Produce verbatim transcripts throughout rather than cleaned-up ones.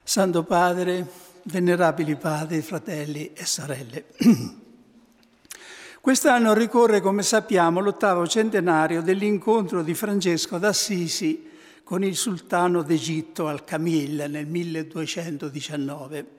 Santo Padre, venerabili padri, fratelli e sorelle. Quest'anno ricorre, come sappiamo, l'ottavo centenario dell'incontro di Francesco d'Assisi con il sultano d'Egitto Al-Kamil nel milleduecentodiciannove.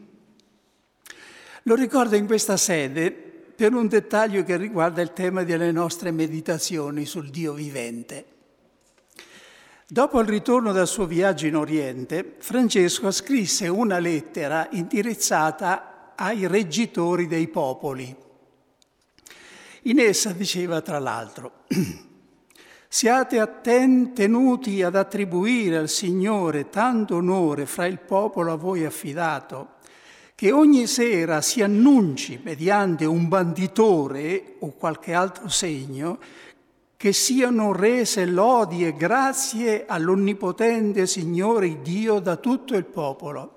Lo ricordo in questa sede per un dettaglio che riguarda il tema delle nostre meditazioni sul Dio vivente. Dopo il ritorno dal suo viaggio in Oriente, Francesco scrisse una lettera indirizzata ai reggitori dei popoli. In essa diceva, tra l'altro, «Siate atten- tenuti ad attribuire al Signore tanto onore fra il popolo a voi affidato, che ogni sera si annunci mediante un banditore o qualche altro segno che siano rese lodi e grazie all'Onnipotente Signore Dio da tutto il popolo».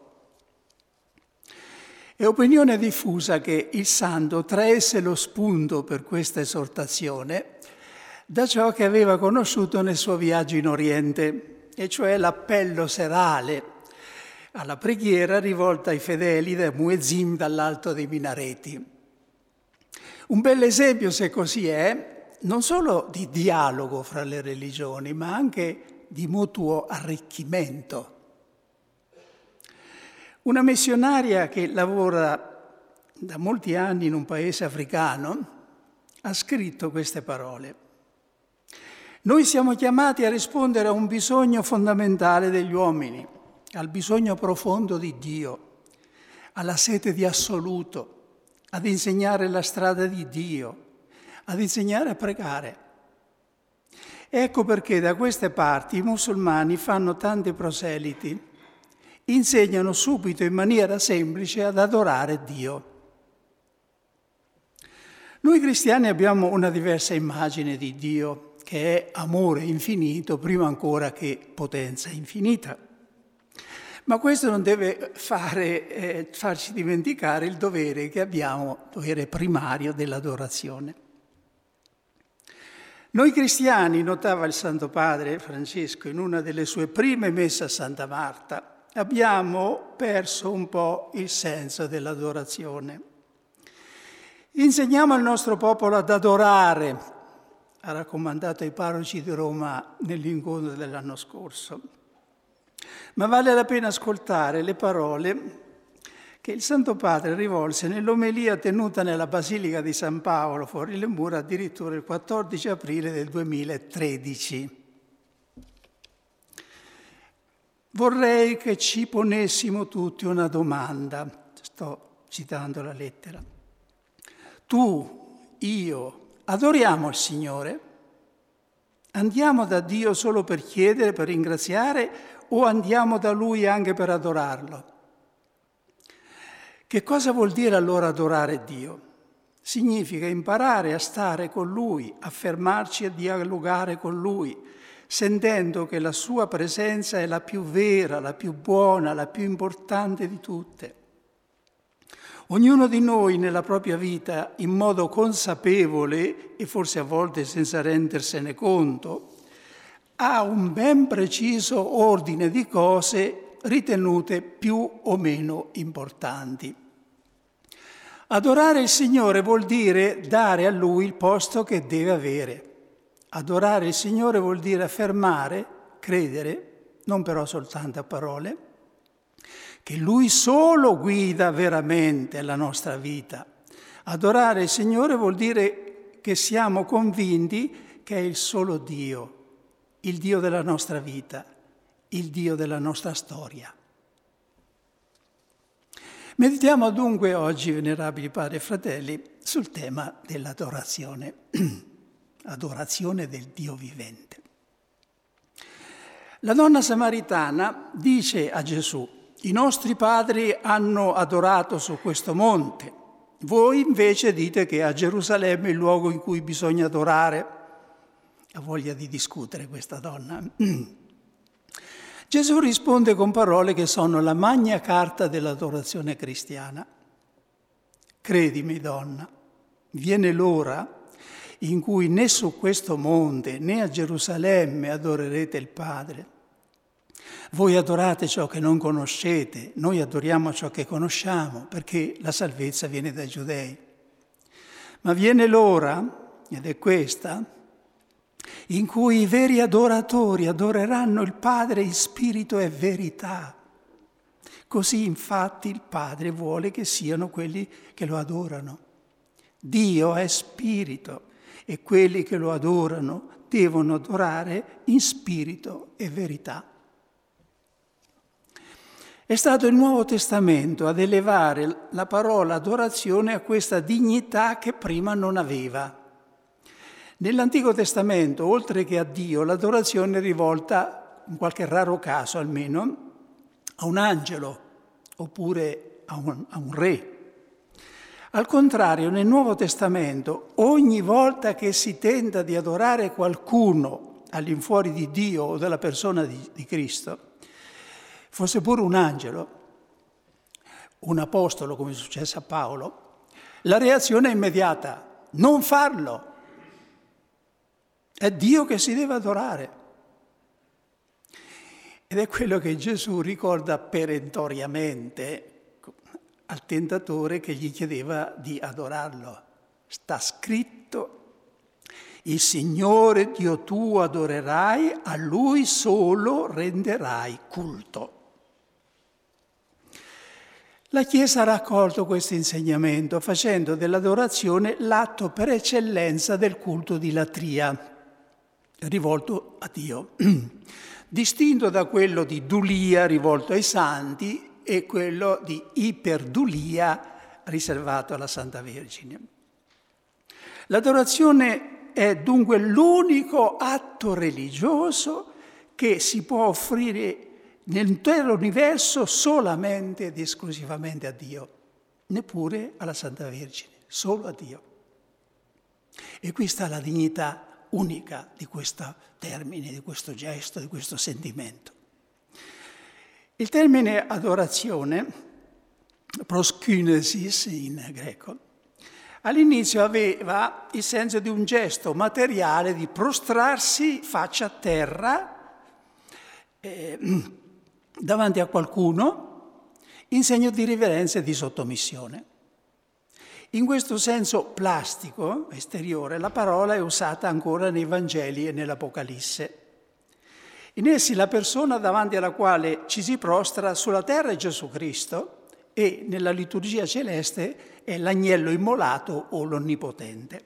È opinione diffusa che il santo traesse lo spunto per questa esortazione da ciò che aveva conosciuto nel suo viaggio in Oriente, e cioè l'appello serale alla preghiera rivolta ai fedeli del muezzin dall'alto dei minareti. Un bel esempio, se così è, non solo di dialogo fra le religioni, ma anche di mutuo arricchimento. Una missionaria che lavora da molti anni in un paese africano ha scritto queste parole. Noi siamo chiamati a rispondere a un bisogno fondamentale degli uomini, al bisogno profondo di Dio, alla sete di assoluto, ad insegnare la strada di Dio, ad insegnare a pregare. Ecco perché da queste parti i musulmani fanno tanti proseliti, insegnano subito in maniera semplice ad adorare Dio. Noi cristiani abbiamo una diversa immagine di Dio, che è amore infinito prima ancora che potenza infinita. Ma questo non deve fare, eh, farci dimenticare il dovere che abbiamo, il dovere primario dell'adorazione. Noi cristiani, notava il Santo Padre Francesco in una delle sue prime messe a Santa Marta, abbiamo perso un po' il senso dell'adorazione. Insegniamo al nostro popolo ad adorare, ha raccomandato ai parroci di Roma nell'incontro dell'anno scorso. Ma vale la pena ascoltare le parole che il Santo Padre rivolse nell'omelia tenuta nella Basilica di San Paolo, fuori le mura, addirittura il quattordici aprile del duemilatredici. Vorrei che ci ponessimo tutti una domanda, sto citando la lettera. Tu, io, adoriamo il Signore? Andiamo da Dio solo per chiedere, per ringraziare, o andiamo da Lui anche per adorarlo? Che cosa vuol dire allora adorare Dio? Significa imparare a stare con Lui, a fermarci a dialogare con Lui, sentendo che la sua presenza è la più vera, la più buona, la più importante di tutte. Ognuno di noi nella propria vita, in modo consapevole e forse a volte senza rendersene conto, ha un ben preciso ordine di cose ritenute più o meno importanti. Adorare il Signore vuol dire dare a Lui il posto che deve avere. Adorare il Signore vuol dire affermare, credere, non però soltanto a parole, che Lui solo guida veramente la nostra vita. Adorare il Signore vuol dire che siamo convinti che è il solo Dio, il Dio della nostra vita, il Dio della nostra storia. Meditiamo dunque oggi, venerabili padri e fratelli, sul tema dell'adorazione. Adorazione del Dio vivente. La donna samaritana dice a Gesù: i nostri padri hanno adorato su questo monte, voi invece dite che a Gerusalemme è il luogo in cui bisogna adorare. Ha voglia di discutere questa donna. Gesù risponde con parole che sono la magna carta dell'adorazione cristiana. Credimi, donna, viene l'ora in cui né su questo monte né a Gerusalemme adorerete il Padre. Voi adorate ciò che non conoscete, noi adoriamo ciò che conosciamo, perché la salvezza viene dai giudei. Ma viene l'ora, ed è questa, in cui i veri adoratori adoreranno il Padre in spirito e verità. Così infatti il Padre vuole che siano quelli che lo adorano. Dio è spirito e quelli che lo adorano devono adorare in spirito e verità. È stato il Nuovo Testamento ad elevare la parola adorazione a questa dignità che prima non aveva. Nell'Antico Testamento, oltre che a Dio, l'adorazione è rivolta, in qualche raro caso almeno, a un angelo oppure a un, a un re. Al contrario, nel Nuovo Testamento, ogni volta che si tenta di adorare qualcuno all'infuori di Dio o della persona di, di Cristo, fosse pure un angelo, un apostolo, come è successo a Paolo, la reazione è immediata: non farlo. È Dio che si deve adorare. Ed è quello che Gesù ricorda perentoriamente al tentatore che gli chiedeva di adorarlo. Sta scritto: il Signore Dio tuo adorerai, a Lui solo renderai culto. La Chiesa ha raccolto questo insegnamento facendo dell'adorazione l'atto per eccellenza del culto di latria, rivolto a Dio, distinto da quello di dulia rivolto ai santi e quello di iperdulia riservato alla Santa Vergine. L'adorazione è dunque l'unico atto religioso che si può offrire nell'intero universo solamente ed esclusivamente a Dio, neppure alla Santa Vergine, solo a Dio. E qui sta la dignità unica di questo termine, di questo gesto, di questo sentimento. Il termine adorazione, proskynesis in greco, all'inizio aveva il senso di un gesto materiale di prostrarsi faccia a terra eh, davanti a qualcuno in segno di riverenza e di sottomissione. In questo senso plastico, esteriore, la parola è usata ancora nei Vangeli e nell'Apocalisse. In essi la persona davanti alla quale ci si prostra sulla terra è Gesù Cristo e nella liturgia celeste è l'agnello immolato o l'Onnipotente.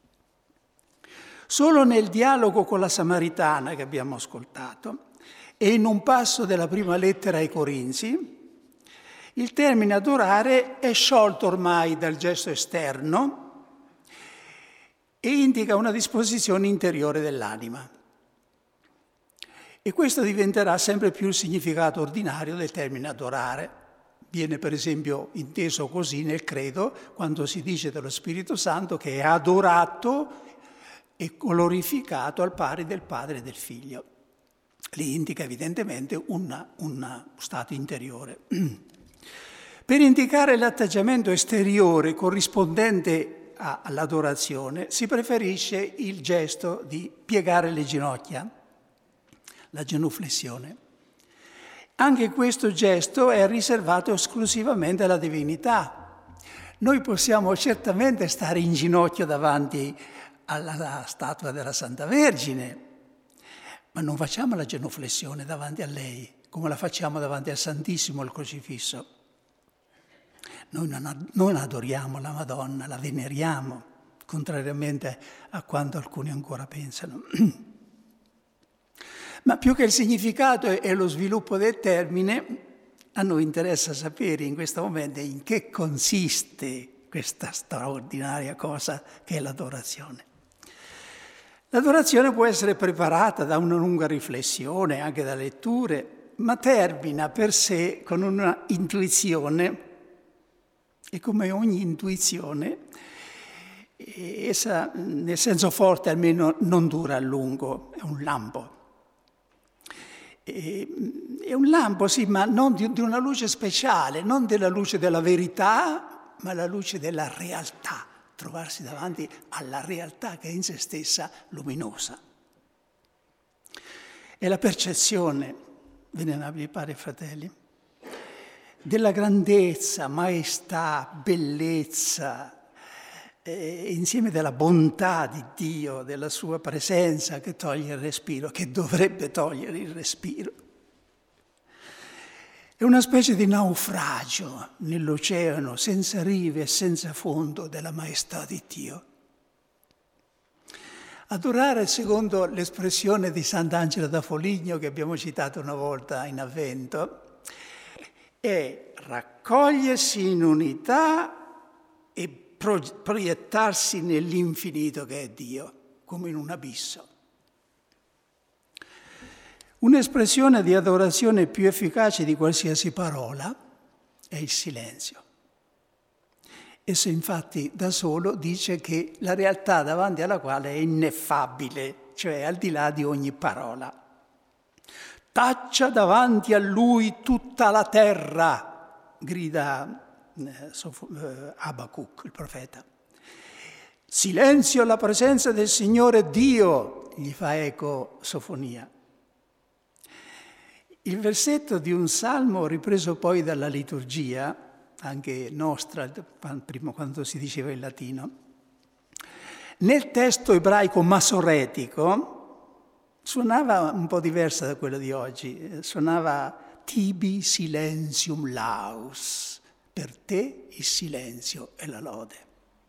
Solo nel dialogo con la Samaritana che abbiamo ascoltato e in un passo della prima lettera ai Corinzi, il termine adorare è sciolto ormai dal gesto esterno e indica una disposizione interiore dell'anima. E questo diventerà sempre più il significato ordinario del termine adorare. Viene per esempio inteso così nel credo quando si dice dello Spirito Santo che è adorato e glorificato al pari del Padre e del Figlio. Lì indica evidentemente una, un stato interiore. Per indicare l'atteggiamento esteriore corrispondente a, all'adorazione si preferisce il gesto di piegare le ginocchia, la genuflessione. Anche questo gesto è riservato esclusivamente alla divinità. Noi possiamo certamente stare in ginocchio davanti alla, alla statua della Santa Vergine, ma non facciamo la genuflessione davanti a lei, come la facciamo davanti al Santissimo, al Crocifisso. Noi non, non adoriamo la Madonna, la veneriamo, contrariamente a quanto alcuni ancora pensano. Ma più che il significato e lo sviluppo del termine, a noi interessa sapere in questo momento in che consiste questa straordinaria cosa che è l'adorazione. L'adorazione può essere preparata da una lunga riflessione, anche da letture, ma termina per sé con una intuizione. E come ogni intuizione, essa, nel senso forte almeno, non dura a lungo, è un lampo. E, è un lampo, sì, ma non di, di una luce speciale, non della luce della verità, ma la luce della realtà, trovarsi davanti alla realtà che è in se stessa luminosa. È la percezione venerabili padri e fratelli, della grandezza, maestà, bellezza, eh, insieme della bontà di Dio, della sua presenza che toglie il respiro, che dovrebbe togliere il respiro. È una specie di naufragio nell'oceano, senza rive e senza fondo della maestà di Dio. Adorare, secondo l'espressione di Sant'Angelo da Foligno, che abbiamo citato una volta in Avvento, è raccogliersi in unità e pro- proiettarsi nell'infinito che è Dio, come in un abisso. Un'espressione di adorazione più efficace di qualsiasi parola è il silenzio. Esso infatti da solo dice che la realtà davanti alla quale è ineffabile, cioè al di là di ogni parola. Taccia davanti a lui tutta la terra, grida eh, eh, Abacuc, il profeta. Silenzio alla presenza del Signore Dio, gli fa eco Sofonia. Il versetto di un salmo ripreso poi dalla liturgia, anche nostra, prima quando si diceva in latino, nel testo ebraico masoretico suonava un po' diversa da quello di oggi, suonava tibi silentium laus, per te il silenzio e la lode.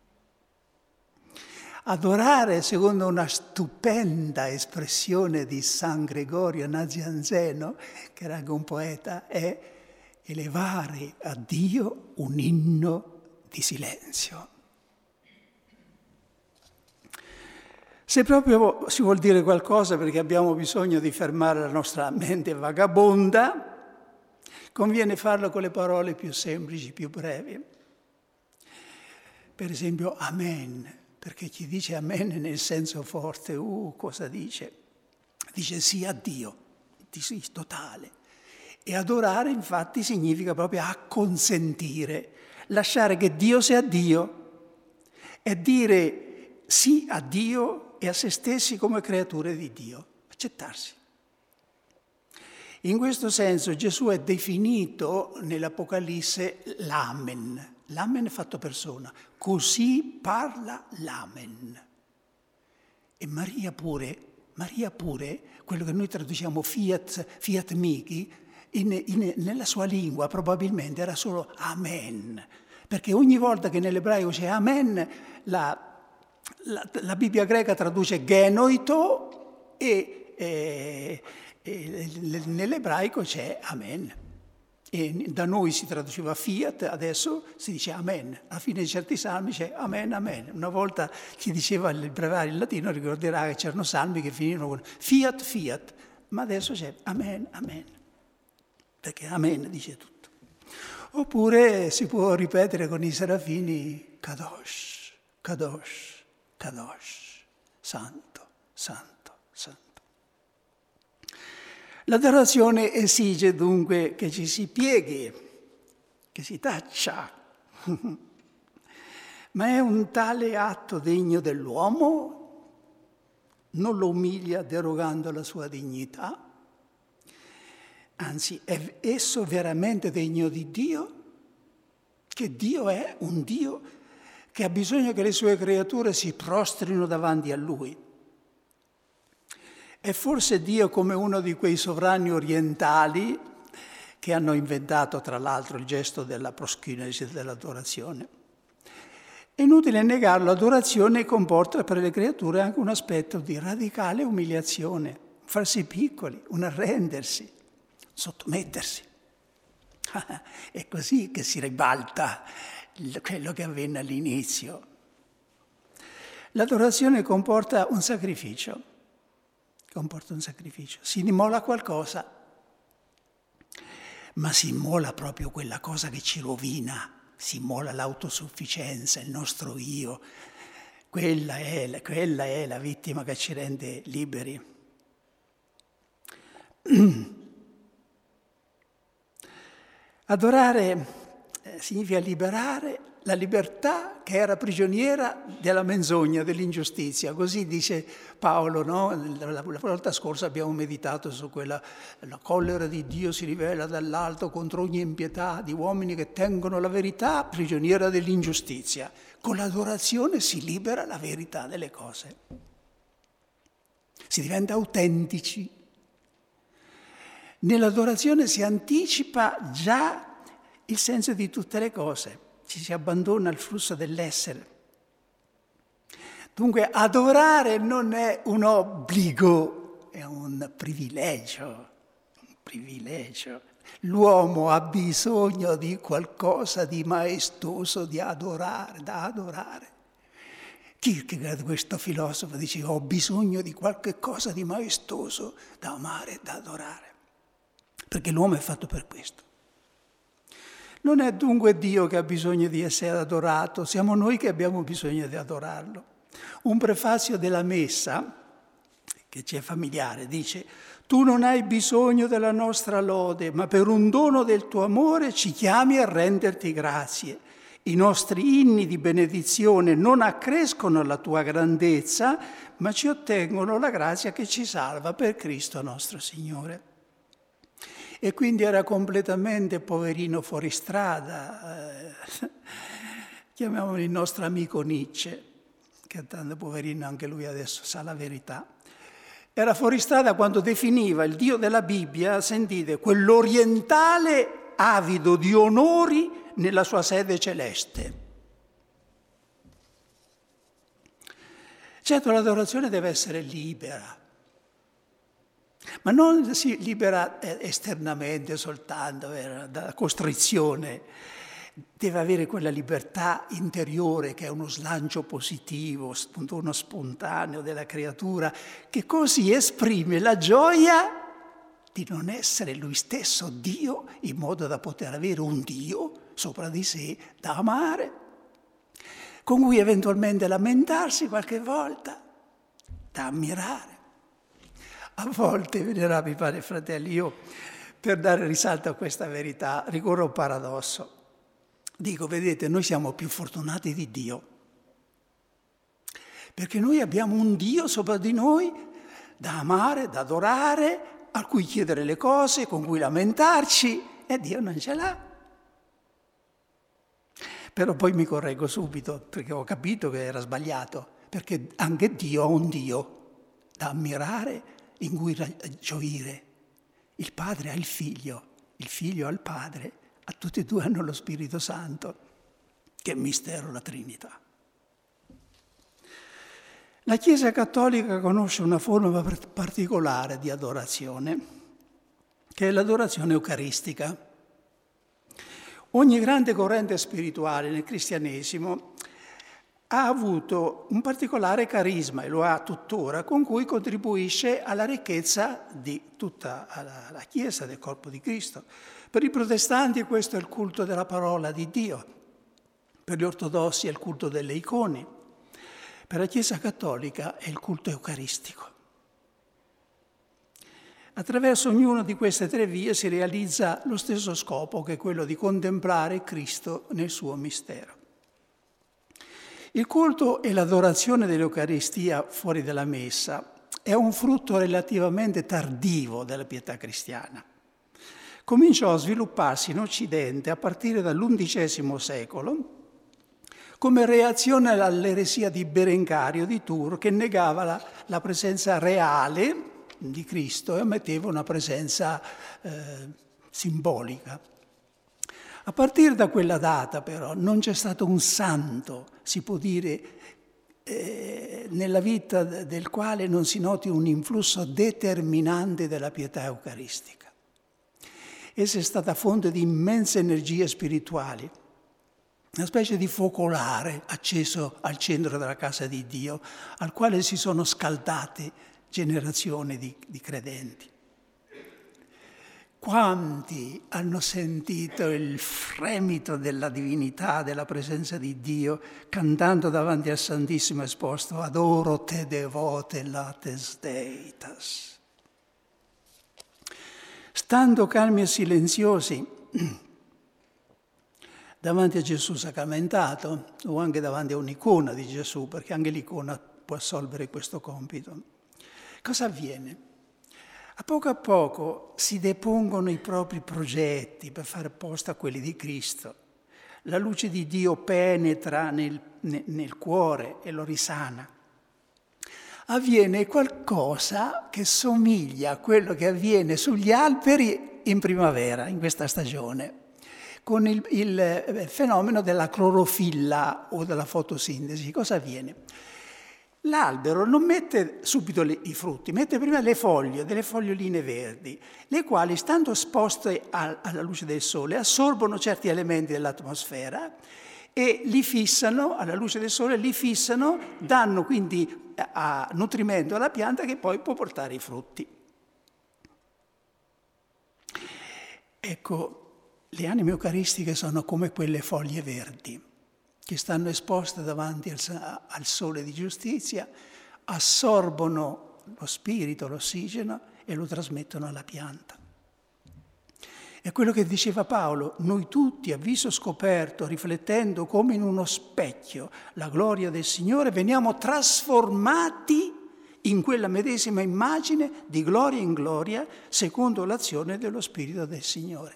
Adorare, secondo una stupenda espressione di San Gregorio Nazianzeno, che era anche un poeta, è elevare a Dio un inno di silenzio. Se proprio si vuol dire qualcosa perché abbiamo bisogno di fermare la nostra mente vagabonda, conviene farlo con le parole più semplici, più brevi. Per esempio, amen. Perché chi dice amen nel senso forte, uh, cosa dice? Dice sì a Dio, di sì totale. E adorare infatti significa proprio acconsentire, lasciare che Dio sia Dio e dire sì a Dio e a se stessi come creature di Dio, accettarsi. In questo senso Gesù è definito nell'Apocalisse l'Amen. L'Amen è fatto persona, così parla l'Amen. E Maria pure, Maria pure, quello che noi traduciamo fiat, fiat mihi, in, in, nella sua lingua probabilmente era solo Amen. Perché ogni volta che nell'ebraico c'è Amen, la, la, la Bibbia greca traduce genoito e, e, e nell'ebraico c'è Amen. E da noi si traduceva fiat, adesso si dice amen. Alla fine di certi salmi c'è amen, amen. Una volta chi diceva il breviario in latino ricorderà che c'erano salmi che finivano con fiat, fiat, ma adesso c'è amen, amen, perché amen dice tutto. Oppure si può ripetere con i serafini kadosh, kadosh, kadosh, santo, santo, santo. L'adorazione esige dunque che ci si pieghi, che si taccia, ma è un tale atto degno dell'uomo? Non lo umilia derogando la sua dignità? Anzi, è esso veramente degno di Dio? Che Dio è un Dio che ha bisogno che le sue creature si prostrino davanti a Lui. È forse Dio come uno di quei sovrani orientali che hanno inventato, tra l'altro, il gesto della proskinesi, dell'adorazione. È inutile negarlo, l'adorazione comporta per le creature anche un aspetto di radicale umiliazione, farsi piccoli, un arrendersi, sottomettersi. È così che si ribalta quello che avvenne all'inizio. L'adorazione comporta un sacrificio. comporta un sacrificio. Si immola qualcosa, ma si immola proprio quella cosa che ci rovina, si immola l'autosufficienza, il nostro io. Quella è, quella è la vittima che ci rende liberi. Adorare eh, significa liberare la libertà che era prigioniera della menzogna, dell'ingiustizia. Così dice Paolo, no? La, la volta scorsa abbiamo meditato su quella, la collera di Dio si rivela dall'alto contro ogni impietà di uomini che tengono la verità prigioniera dell'ingiustizia. Con l'adorazione si libera la verità delle cose. Si diventa autentici. Nell'adorazione si anticipa già il senso di tutte le cose, ci si abbandona al flusso dell'essere. Dunque adorare non è un obbligo, è un privilegio, un privilegio. L'uomo ha bisogno di qualcosa di maestoso da adorare, da adorare. Kierkegaard, questo filosofo, dice ho bisogno di qualche cosa di maestoso da amare, da adorare, perché l'uomo è fatto per questo. Non è dunque Dio che ha bisogno di essere adorato, siamo noi che abbiamo bisogno di adorarlo. Un prefazio della Messa, che ci è familiare, dice «Tu non hai bisogno della nostra lode, ma per un dono del tuo amore ci chiami a renderti grazie. I nostri inni di benedizione non accrescono la tua grandezza, ma ci ottengono la grazia che ci salva per Cristo nostro Signore». E quindi era completamente poverino fuori strada, eh, chiamiamolo il nostro amico Nietzsche, che tanto poverino anche lui adesso sa la verità. Era fuori strada quando definiva il Dio della Bibbia, sentite, quell'orientale avido di onori nella sua sede celeste. Certo, l'adorazione deve essere libera. Ma non si libera esternamente soltanto dalla costrizione, deve avere quella libertà interiore che è uno slancio positivo, uno spontaneo della creatura, che così esprime la gioia di non essere lui stesso Dio, in modo da poter avere un Dio sopra di sé da amare, con cui eventualmente lamentarsi qualche volta, da ammirare. A volte, venerabili padri e fratelli, io per dare risalto a questa verità ricorro a un paradosso. Dico, vedete, noi siamo più fortunati di Dio, perché noi abbiamo un Dio sopra di noi da amare, da adorare, a cui chiedere le cose, con cui lamentarci, e Dio non ce l'ha. Però poi mi correggo subito, perché ho capito che era sbagliato, perché anche Dio ha un Dio da ammirare, in cui gioire. Il padre ha il figlio, il figlio ha il padre, a tutti e due hanno lo Spirito Santo, che mistero la Trinità. La Chiesa Cattolica conosce una forma particolare di adorazione, che è l'adorazione eucaristica. Ogni grande corrente spirituale nel cristianesimo ha avuto un particolare carisma, e lo ha tuttora, con cui contribuisce alla ricchezza di tutta la, la Chiesa, del corpo di Cristo. Per i protestanti questo è il culto della parola di Dio, per gli ortodossi è il culto delle icone, per la Chiesa cattolica è il culto eucaristico. Attraverso ognuna di queste tre vie si realizza lo stesso scopo, che è quello di contemplare Cristo nel suo mistero. Il culto e l'adorazione dell'Eucaristia fuori dalla Messa è un frutto relativamente tardivo della pietà cristiana. Cominciò a svilupparsi in Occidente a partire dall'undicesimo secolo come reazione all'eresia di Berengario di Tours, che negava la, la presenza reale di Cristo e ammetteva una presenza eh, simbolica. A partire da quella data, però, non c'è stato un santo, si può dire, eh, nella vita del quale non si noti un influsso determinante della pietà eucaristica. Essa è stata fonte di immense energie spirituali, una specie di focolare acceso al centro della casa di Dio, al quale si sono scaldate generazioni di, di credenti. Quanti hanno sentito il fremito della divinità, della presenza di Dio, cantando davanti al Santissimo esposto «Adoro te devote lates deitas». Stando calmi e silenziosi, davanti a Gesù sacramentato o anche davanti a un'icona di Gesù, perché anche l'icona può assolvere questo compito. Cosa avviene? A poco a poco si depongono i propri progetti per fare posto a quelli di Cristo. La luce di Dio penetra nel, nel cuore e lo risana. Avviene qualcosa che somiglia a quello che avviene sugli alberi in primavera, in questa stagione, con il, il fenomeno della clorofilla o della fotosintesi. Cosa avviene? L'albero non mette subito le, i frutti, mette prima le foglie, delle foglioline verdi, le quali, stando esposte a, alla luce del sole, assorbono certi elementi dell'atmosfera e li fissano, alla luce del sole, li fissano, danno quindi a, a nutrimento alla pianta che poi può portare i frutti. Ecco, le anime eucaristiche sono come quelle foglie verdi, che stanno esposte davanti al, al sole di giustizia, assorbono lo spirito, l'ossigeno e lo trasmettono alla pianta. È quello che diceva Paolo: noi tutti a viso scoperto, riflettendo come in uno specchio la gloria del Signore, veniamo trasformati in quella medesima immagine di gloria in gloria, secondo l'azione dello Spirito del Signore.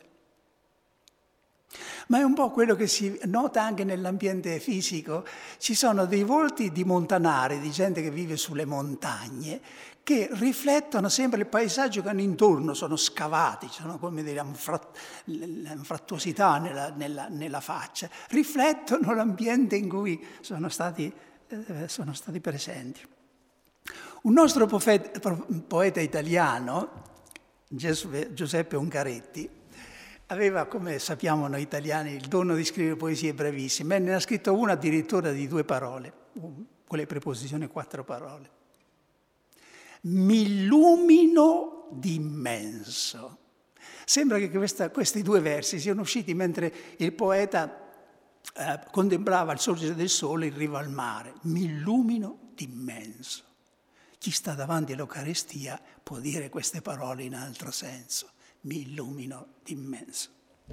Ma è un po' quello che si nota anche nell'ambiente fisico. Ci sono dei volti di montanari, di gente che vive sulle montagne, che riflettono sempre il paesaggio che hanno intorno, sono scavati, sono come dire anfrattuosità nella, nella, nella faccia, riflettono l'ambiente in cui sono stati, eh, sono stati presenti. Un nostro poeta, poeta italiano, Giuseppe Ungaretti, aveva, come sappiamo noi italiani, il dono di scrivere poesie brevissime, e ne ha scritto una addirittura di due parole, con le preposizioni quattro parole. Mi illumino d'immenso. Sembra che questa, questi due versi siano usciti mentre il poeta eh, contemplava il sorgere del sole in riva al mare. Mi illumino d'immenso. Chi sta davanti all'Eucaristia può dire queste parole in altro senso. Mi illumino d'immenso.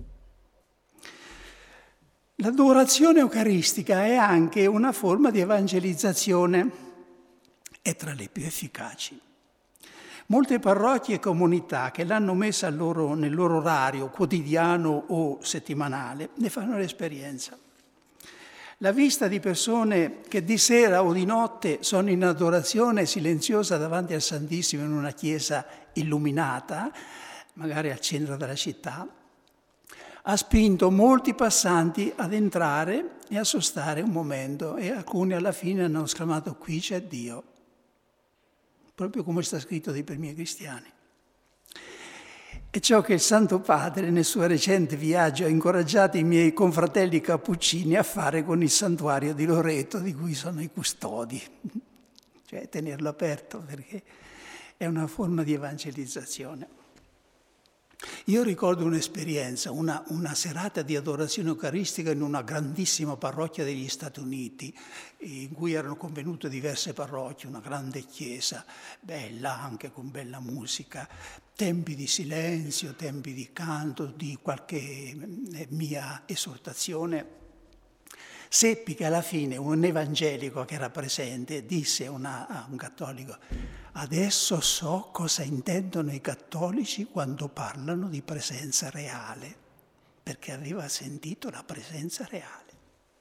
L'adorazione eucaristica è anche una forma di evangelizzazione, è tra le più efficaci. Molte parrocchie e comunità che l'hanno messa al loro, nel loro orario quotidiano o settimanale ne fanno l'esperienza. La vista di persone che di sera o di notte sono in adorazione silenziosa davanti al Santissimo in una chiesa illuminata, magari al centro della città, ha spinto molti passanti ad entrare e a sostare un momento, e alcuni alla fine hanno esclamato: qui c'è Dio, proprio come sta scritto dei primi cristiani. È ciò che il Santo Padre nel suo recente viaggio ha incoraggiato i miei confratelli cappuccini a fare con il santuario di Loreto, di cui sono i custodi, cioè tenerlo aperto, perché è una forma di evangelizzazione. Io ricordo un'esperienza, una, una serata di adorazione eucaristica in una grandissima parrocchia degli Stati Uniti, in cui erano convenute diverse parrocchie, una grande chiesa, bella anche con bella musica, tempi di silenzio, tempi di canto, di qualche mia esortazione. Seppi che alla fine un evangelico che era presente disse una, a un cattolico: adesso so cosa intendono i cattolici quando parlano di presenza reale, perché aveva sentito la presenza reale.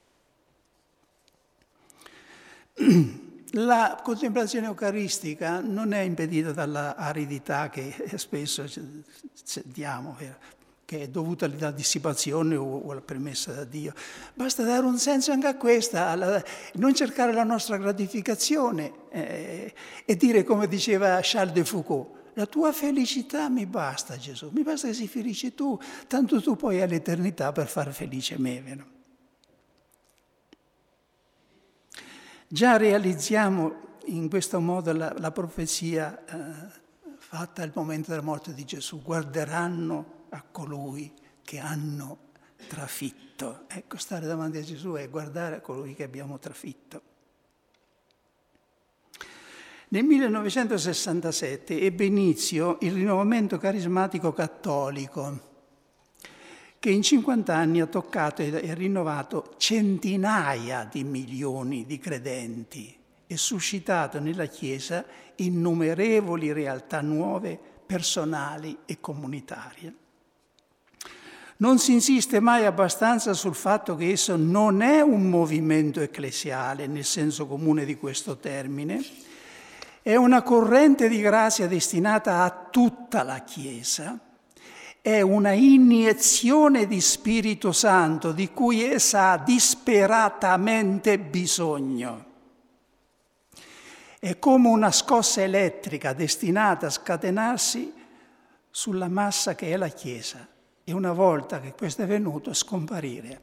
La contemplazione eucaristica non è impedita dalla aridità che spesso sentiamo, che è dovuta alla dissipazione o alla permessa da Dio. Basta dare un senso anche a questa, alla, non cercare la nostra gratificazione eh, e dire, come diceva Charles de Foucault: la tua felicità mi basta, Gesù, mi basta che sei felice tu, tanto tu poi hai l'eternità per far felice me. Vero? Già realizziamo in questo modo la, la profezia eh, fatta al momento della morte di Gesù: guarderanno a colui che hanno trafitto. Ecco, stare davanti a Gesù è guardare a colui che abbiamo trafitto. Nel millenovecentosessantasette ebbe inizio il rinnovamento carismatico cattolico, che in cinquanta anni ha toccato e rinnovato centinaia di milioni di credenti e suscitato nella Chiesa innumerevoli realtà nuove, personali e comunitarie. Non si insiste mai abbastanza sul fatto che esso non è un movimento ecclesiale nel senso comune di questo termine, è una corrente di grazia destinata a tutta la Chiesa, è una iniezione di Spirito Santo di cui essa ha disperatamente bisogno. È come una scossa elettrica destinata a scatenarsi sulla massa che è la Chiesa e una volta che questo è venuto scomparire.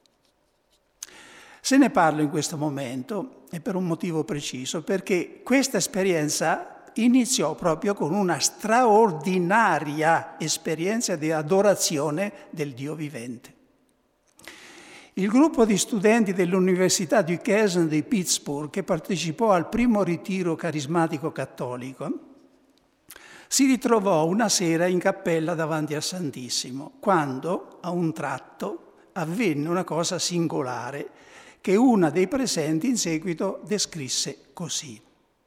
Se ne parlo in questo momento è per un motivo preciso, perché questa esperienza iniziò proprio con una straordinaria esperienza di adorazione del Dio vivente. Il gruppo di studenti dell'Università Duquesne di Pittsburgh, che partecipò al primo ritiro carismatico cattolico, si ritrovò una sera in cappella davanti al Santissimo, quando, a un tratto, avvenne una cosa singolare che una dei presenti in seguito descrisse così.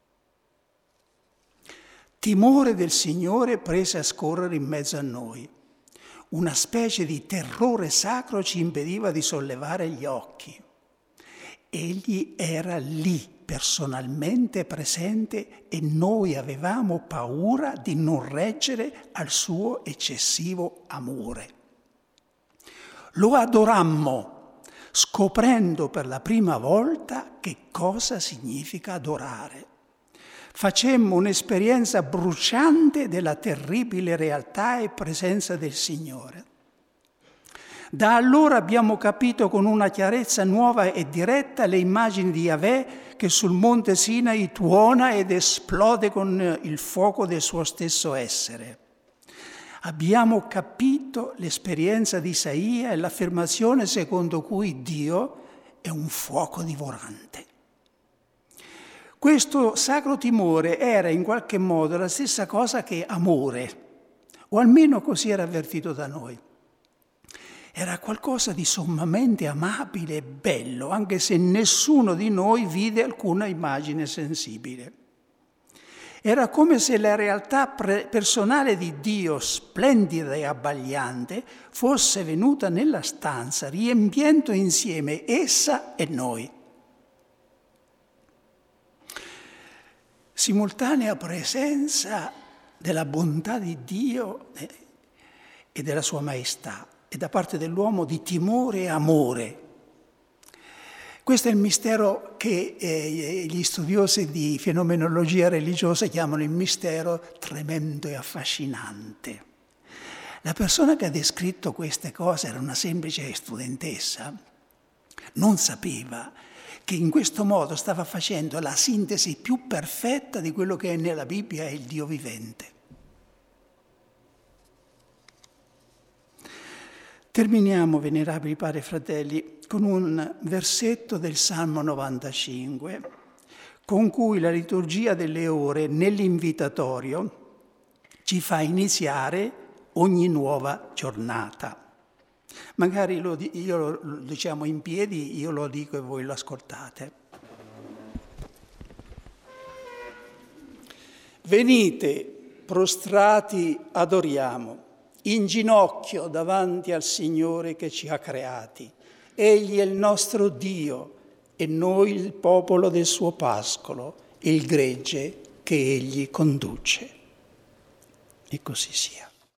Timore del Signore prese a scorrere in mezzo a noi. Una specie di terrore sacro ci impediva di sollevare gli occhi. Egli era lì, personalmente presente, e noi avevamo paura di non reggere al suo eccessivo amore. Lo adorammo, scoprendo per la prima volta che cosa significa adorare. Facemmo un'esperienza bruciante della terribile realtà e presenza del Signore. Da allora abbiamo capito con una chiarezza nuova e diretta le immagini di Yahweh che sul monte Sinai tuona ed esplode con il fuoco del suo stesso essere. Abbiamo capito l'esperienza di Isaia e l'affermazione secondo cui Dio è un fuoco divorante. Questo sacro timore era in qualche modo la stessa cosa che amore, o almeno così era avvertito da noi. Era qualcosa di sommamente amabile e bello, anche se nessuno di noi vide alcuna immagine sensibile. Era come se la realtà personale di Dio, splendida e abbagliante, fosse venuta nella stanza, riempiendo insieme essa e noi. Simultanea presenza della bontà di Dio e della sua maestà, e da parte dell'uomo di timore e amore. Questo è il mistero che eh, gli studiosi di fenomenologia religiosa chiamano il mistero tremendo e affascinante. La persona che ha descritto queste cose era una semplice studentessa, non sapeva che in questo modo stava facendo la sintesi più perfetta di quello che è nella Bibbia e il Dio vivente. Terminiamo, venerabili padri e fratelli, con un versetto del Salmo novantacinque, con cui la liturgia delle ore nell'invitatorio ci fa iniziare ogni nuova giornata. Magari lo, io lo diciamo in piedi, io lo dico e voi lo ascoltate. Venite, prostrati, adoriamo, in ginocchio davanti al Signore che ci ha creati. Egli è il nostro Dio e noi il popolo del suo pascolo, il gregge che Egli conduce. E così sia.